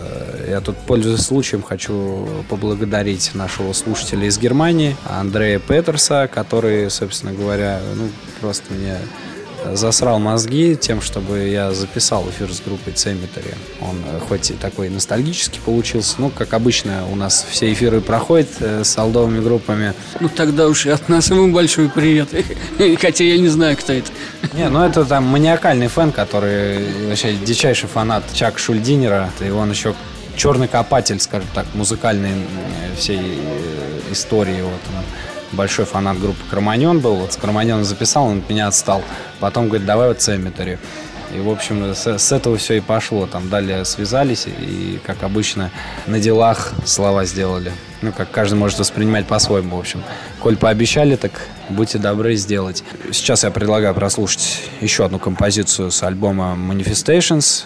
S2: Я тут, пользуясь случаем, хочу поблагодарить нашего слушателя из Германии, Андрея Петерса, который, собственно говоря, ну, просто мне засрал мозги тем, чтобы я записал эфир с группой Cemetery. Он хоть и такой ностальгический получился, ну, как обычно у нас все эфиры проходят с солдовыми группами.
S5: Ну, тогда уж и от нас ему большой привет. Хотя я не знаю, кто это.
S2: Не, ну это там маниакальный фэн, который вообще дичайший фанат Чака Шульдинера. И он еще черный копатель, скажем так, музыкальной всей истории. Вот он большой фанат группы Кроманьон был. Вот с Кроманьоном записал, он от меня отстал. Потом говорит, давай вот Cemetery. И, в общем, с, с этого все и пошло. Там далее связались и, как обычно, на делах слова сделали. Ну, как каждый может воспринимать по-своему, в общем. Коль пообещали, так будьте добры сделать. Сейчас я предлагаю прослушать еще одну композицию с альбома Manifestations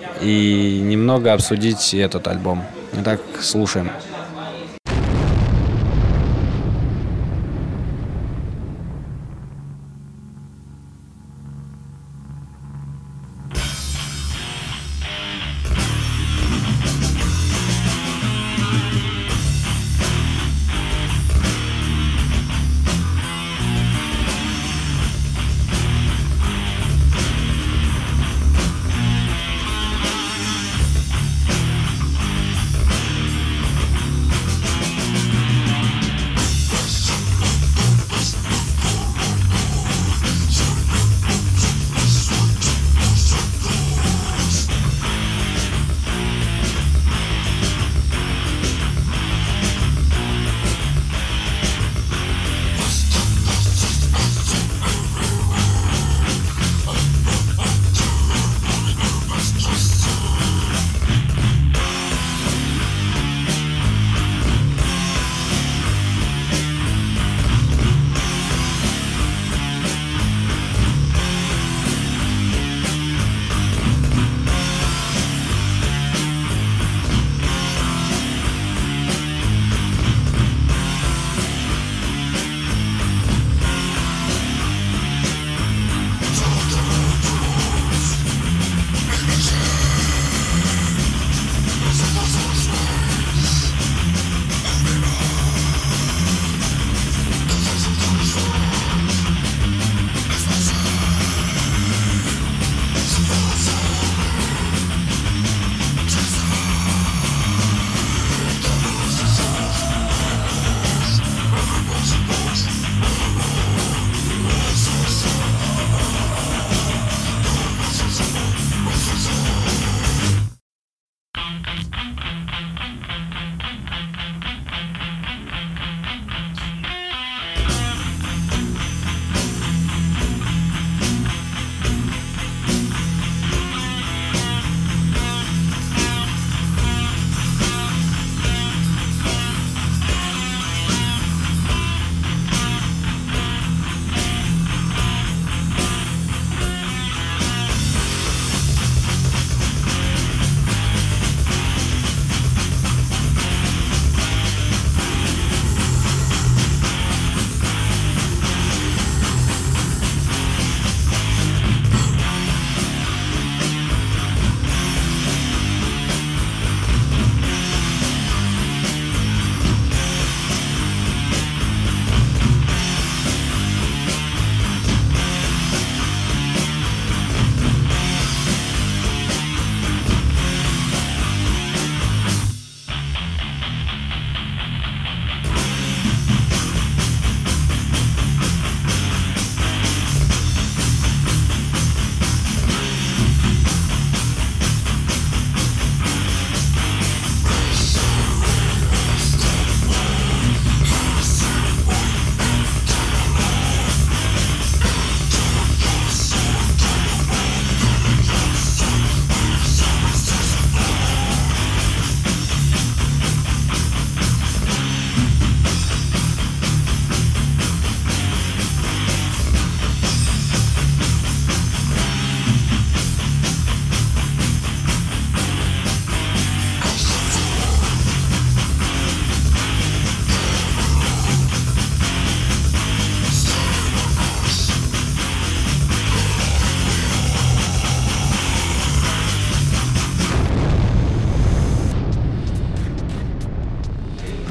S2: и немного обсудить этот альбом. Итак, слушаем.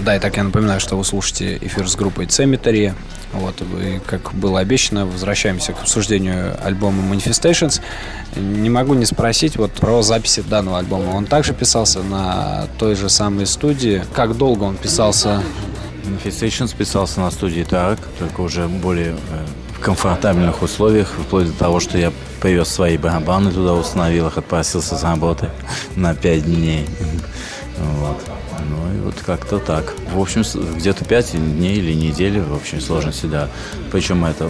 S2: Да, и так я напоминаю, что вы слушаете эфир с группой Cemetery. Вот, и, как было обещано, возвращаемся к обсуждению альбома Manifestations. Не могу не спросить вот про записи данного альбома. Он также писался на той же самой студии. Как долго он писался?
S4: Manifestations писался на студии так, только уже более в комфортабельных условиях, вплоть до того, что я привез свои барабаны туда, установил их, отпросился с работы на пять дней. Вот. Ну и вот как-то так. В общем, где-то пять дней или недели в общей сложности, да. Причем это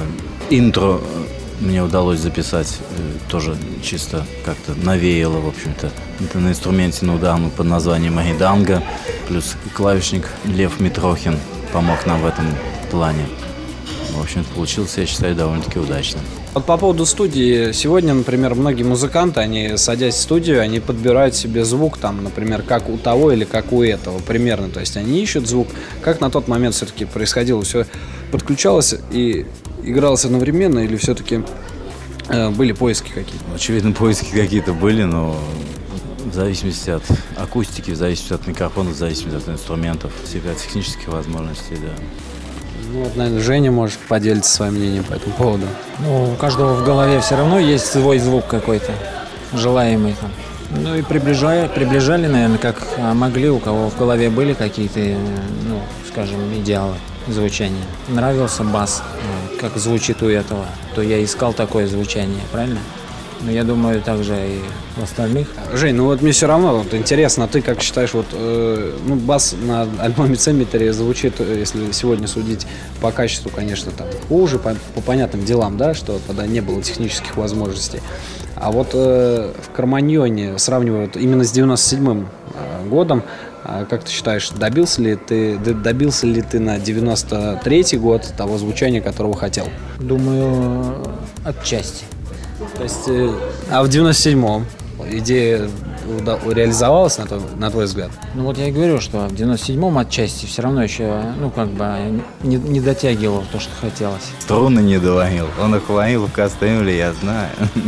S4: интро мне удалось записать тоже чисто как-то навеяло, в общем-то. Это на инструменте на ударном под названием Мариданга, плюс клавишник Лев Митрохин помог нам в этом плане. В общем, получилось, я считаю, довольно-таки удачно.
S2: Вот по поводу студии. Сегодня, например, многие музыканты, они, садясь в студию, они подбирают себе звук, там, например, как у того или как у этого, примерно. То есть они ищут звук. Как на тот момент все-таки происходило? Все подключалось и игралось одновременно, или все-таки э, были поиски какие-то?
S4: Очевидно, поиски какие-то были, но в зависимости от акустики, в зависимости от микрофона, в зависимости от инструментов, всегда технических возможностей, да.
S2: Ну, вот, наверное, Женя может поделиться своим мнением по этому поводу.
S3: Ну, у каждого в голове все равно есть свой звук какой-то, желаемый там. Ну и приближали, приближали, наверное, как могли, у кого в голове были какие-то, ну, скажем, идеалы звучания. Нравился бас, как звучит у этого, то я искал такое звучание, правильно? Но я думаю, также и в остальных.
S2: Жень, ну вот мне все равно вот интересно, ты как считаешь, вот э, ну, бас на альбоме Cemetery звучит, если сегодня судить по качеству, конечно, там хуже, по, по понятным делам, да, что тогда не было технических возможностей. А вот э, в Кроманьоне, сравнивая вот именно с девяносто седьмым э, годом, э, как ты считаешь, добился ли ты, добился ли ты на девяносто третий год того звучания, которого хотел?
S3: Думаю, отчасти.
S2: То есть, э, а в девяносто седьмом идея реализовалась, на твой, на твой взгляд?
S3: Ну вот я и говорю, что в девяносто седьмом отчасти все равно еще, ну как бы не, не дотягивал то, что хотелось.
S4: Струны не доломил, он их ломил в кастрюле, я знаю.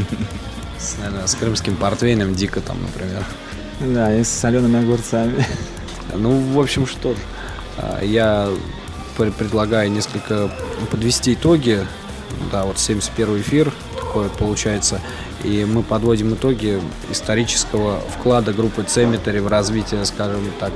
S2: С, наверное, с крымским портвейном, дико там, например.
S3: Да, и с солеными огурцами.
S2: Ну, в общем, что ж, я предлагаю несколько подвести итоги. Да, вот семьдесят первый эфир такой получается. И мы подводим итоги исторического вклада группы Cemetery в развитие, скажем так,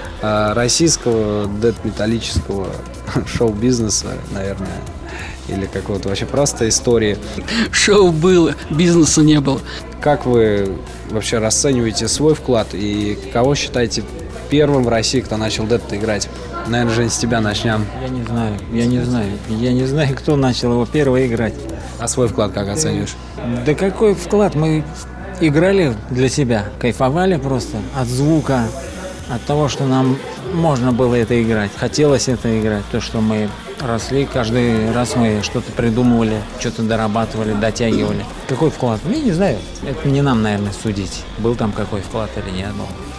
S2: российского дэт-металлического шоу-бизнеса, наверное. Или какого-то вообще просто истории.
S5: Шоу было, бизнеса не было.
S2: Как вы вообще расцениваете свой вклад и кого считаете первым в России, кто начал дэт играть? Наверное, Жень, с тебя начнем.
S3: Я не знаю, я не знаю. Я не знаю, кто начал его первый играть.
S2: А свой вклад как оцениваешь?
S3: Да какой вклад? Мы играли для себя, кайфовали просто от звука, от того, что нам можно было это играть. Хотелось это играть, то, что мы росли, каждый раз мы что-то придумывали, что-то дорабатывали, дотягивали. Какой вклад? Ну, я не знаю. Это не нам, наверное, судить, был там какой вклад или нет.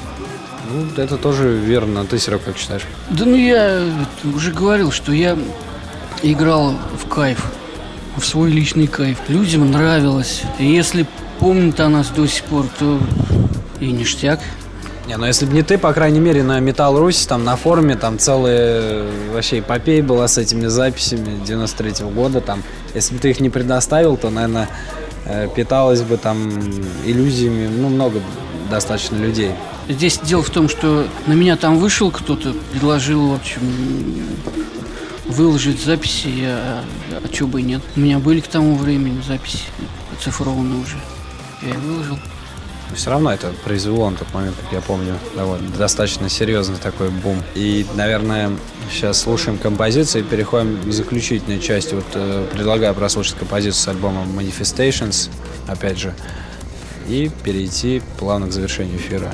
S2: Ну, это тоже верно. Ты, Серег, как считаешь?
S5: Да ну я уже говорил, что я играл в кайф, в свой личный кайф. Людям нравилось. И если помнят о нас до сих пор, то и ништяк.
S2: Не, ну если бы не ты, по крайней мере, на Metal Русь, там на форуме, там целая вообще эпопея была с этими записями девяносто третьего года, там, если бы ты их не предоставил, то, наверное, питалось бы там иллюзиями, ну, много достаточно людей.
S5: Здесь дело в том, что на меня там вышел кто-то, предложил, в общем, выложить записи, я, а чё бы и нет. У меня были к тому времени записи оцифрованные уже, я их выложил.
S2: Но все равно это произвело на тот момент, как я помню, довольно достаточно серьезный такой бум. И, наверное, сейчас слушаем композиции и переходим к заключительной части. Вот э, предлагаю прослушать композицию с альбома Manifestations, опять же, и перейти плавно к завершению эфира.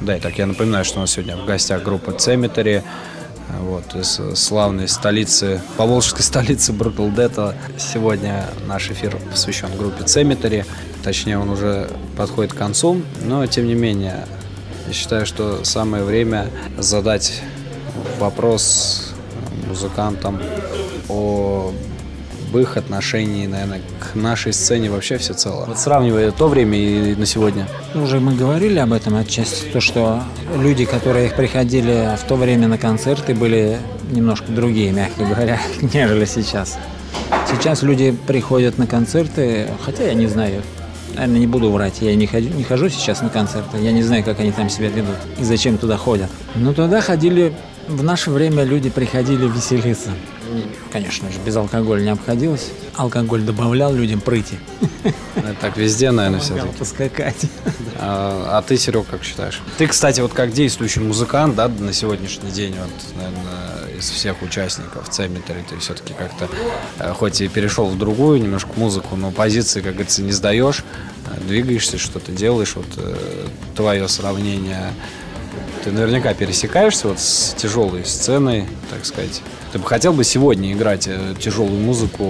S2: Да, и так я напоминаю, что у нас сегодня в гостях группа Cemetery, вот, из славной столицы, поволжской столицы Brutal Death. Сегодня наш эфир посвящен группе Cemetery, точнее он уже подходит к концу, но тем не менее я считаю, что самое время задать вопрос музыкантам о об их отношении, наверное, к нашей сцене вообще всецело. Вот сравнивая то время и на сегодня.
S3: Уже мы говорили об этом отчасти, то, что люди, которые приходили в то время на концерты, были немножко другие, мягко говоря, нежели сейчас. Сейчас люди приходят на концерты, хотя я не знаю, наверное, не буду врать, я не хожу, не хожу сейчас на концерты, я не знаю, как они там себя ведут и зачем туда ходят. Но туда ходили, в наше время люди приходили веселиться. Конечно же, без алкоголя не обходилось. Алкоголь добавлял людям прыти.
S2: Это так везде, наверное, все-таки.
S3: Поскакать.
S2: А, а ты, Серег, как считаешь? Ты, кстати, вот как действующий музыкант, да, на сегодняшний день, вот, наверное, из всех участников Cemetery, ты все-таки как-то, хоть и перешел в другую немножко музыку, но позиции, как говорится, не сдаешь, двигаешься, что-то делаешь. Вот твое сравнение... Ты наверняка пересекаешься вот с тяжелой сценой, так сказать. Ты бы хотел бы сегодня играть тяжелую музыку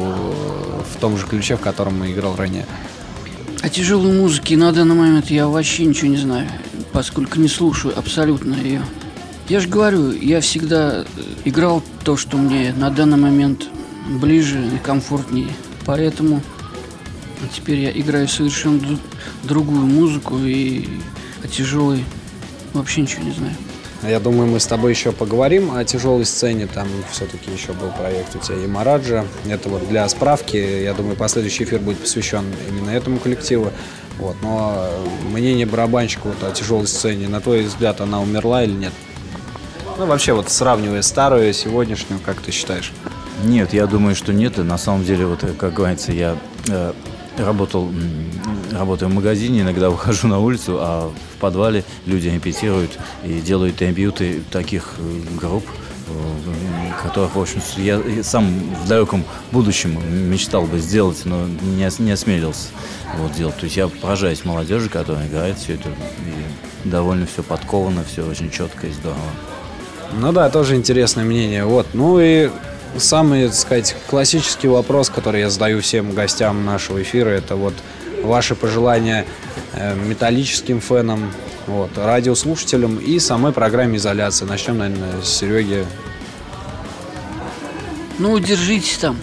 S2: в том же ключе, в котором мы играл ранее?
S5: О тяжелой музыке на данный момент я вообще ничего не знаю, поскольку не слушаю абсолютно ее. Я же говорю, я всегда играл то, что мне на данный момент ближе и комфортнее. Поэтому теперь я играю совершенно другую музыку и о тяжелой вообще ничего не знаю.
S2: Я думаю, мы с тобой еще поговорим о тяжелой сцене. Там все-таки еще был проект у тебя Ямараджа. Это вот для справки. Я думаю, последующий эфир будет посвящен именно этому коллективу. Вот. Но мнение барабанщика вот о тяжелой сцене, на твой взгляд, она умерла или нет? Ну, вообще, вот сравнивая старую и сегодняшнюю, как ты считаешь?
S4: Нет, я думаю, что нет. И на самом деле, вот, как говорится, я э, работал, работаю в магазине, иногда выхожу на улицу, а в подвале люди репетируют и делают трибьюты таких групп, которых, в общем, я сам в далеком будущем мечтал бы сделать, но не, не осмелился вот делать. То есть я поражаюсь молодежи, которая играет все это, и довольно все подковано, все очень четко и здорово.
S2: Ну да, тоже интересное мнение. Вот, ну и самый, так сказать, классический вопрос, который я задаю всем гостям нашего эфира, это вот ваши пожелания э, металлическим фенам, вот, радиослушателям и самой программе «Изоляция». Начнем, наверное, с Сереги.
S5: Ну, держитесь там.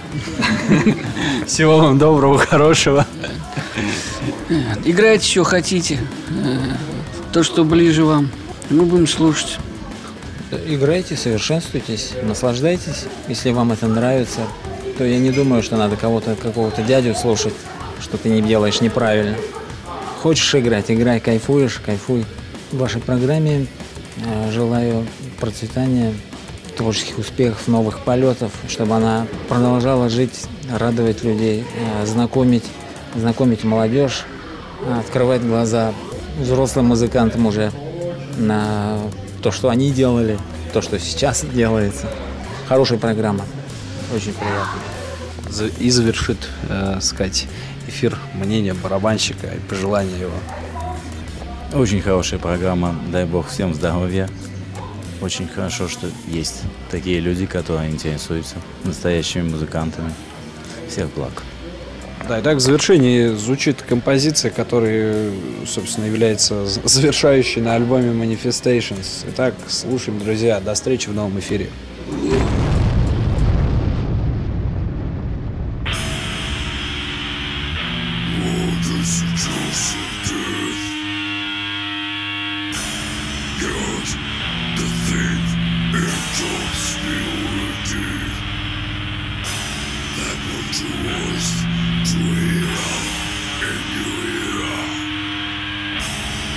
S2: Всего вам доброго, хорошего.
S5: Играйте, что хотите. То, что ближе вам. Мы будем слушать.
S3: Играйте, совершенствуйтесь, наслаждайтесь. Если вам это нравится, то я не думаю, что надо кого-то, какого-то дядю слушать, что ты не делаешь неправильно. Хочешь играть, играй, кайфуешь, кайфуй. В вашей программе э, желаю процветания, творческих успехов, новых полетов, чтобы она продолжала жить, радовать людей, э, знакомить, знакомить молодежь, э, открывать глаза взрослым музыкантам уже на то, что они делали, то, что сейчас делается. Хорошая программа, очень приятно.
S2: И завершит, э, сказать, эфир мнение барабанщика и пожелания его.
S4: Очень хорошая программа, дай бог всем здоровья. Очень хорошо, что есть такие люди, которые интересуются настоящими музыкантами. Всех благ.
S2: Да, и так в завершении звучит композиция, которая, собственно, является завершающей на альбоме Manifestations. Итак, слушаем, друзья. До встречи в новом эфире.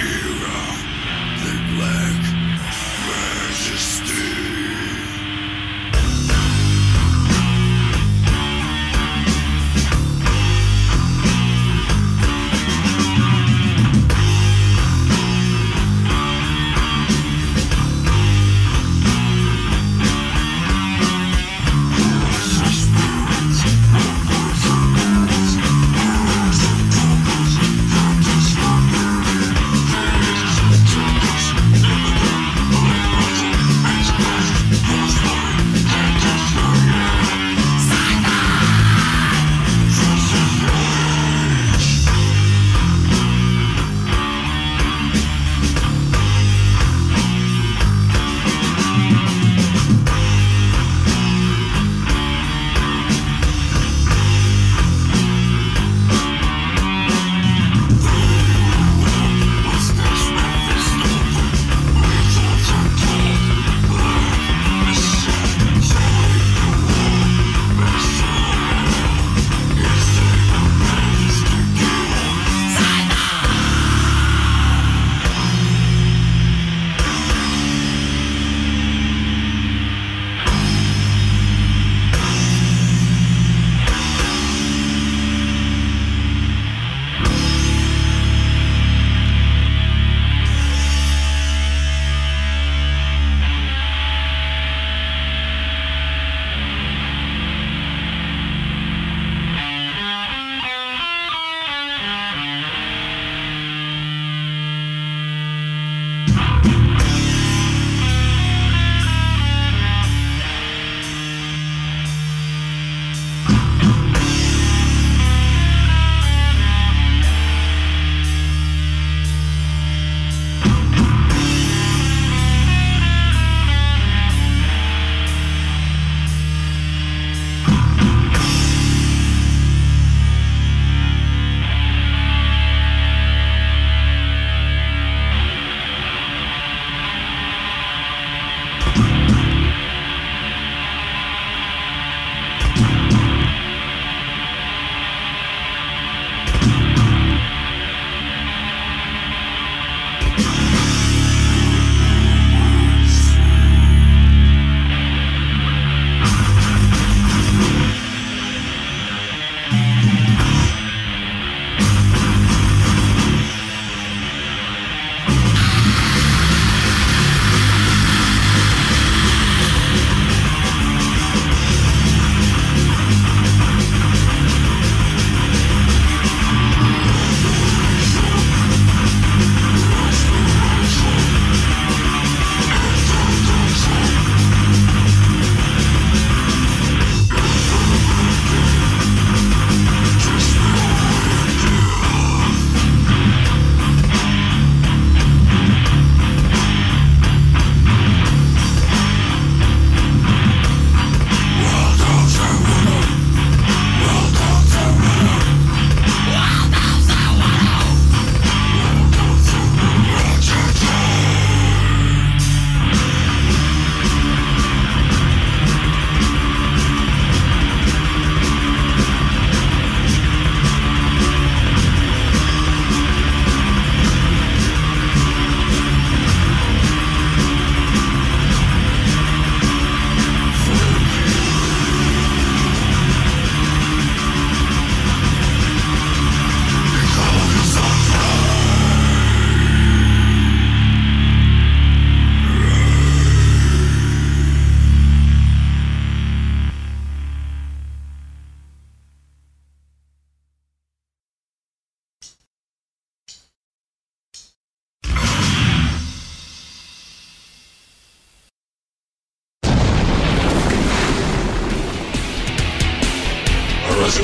S1: Black Majesty.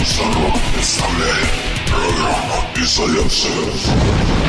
S1: Старок представляет программу «Изоляция».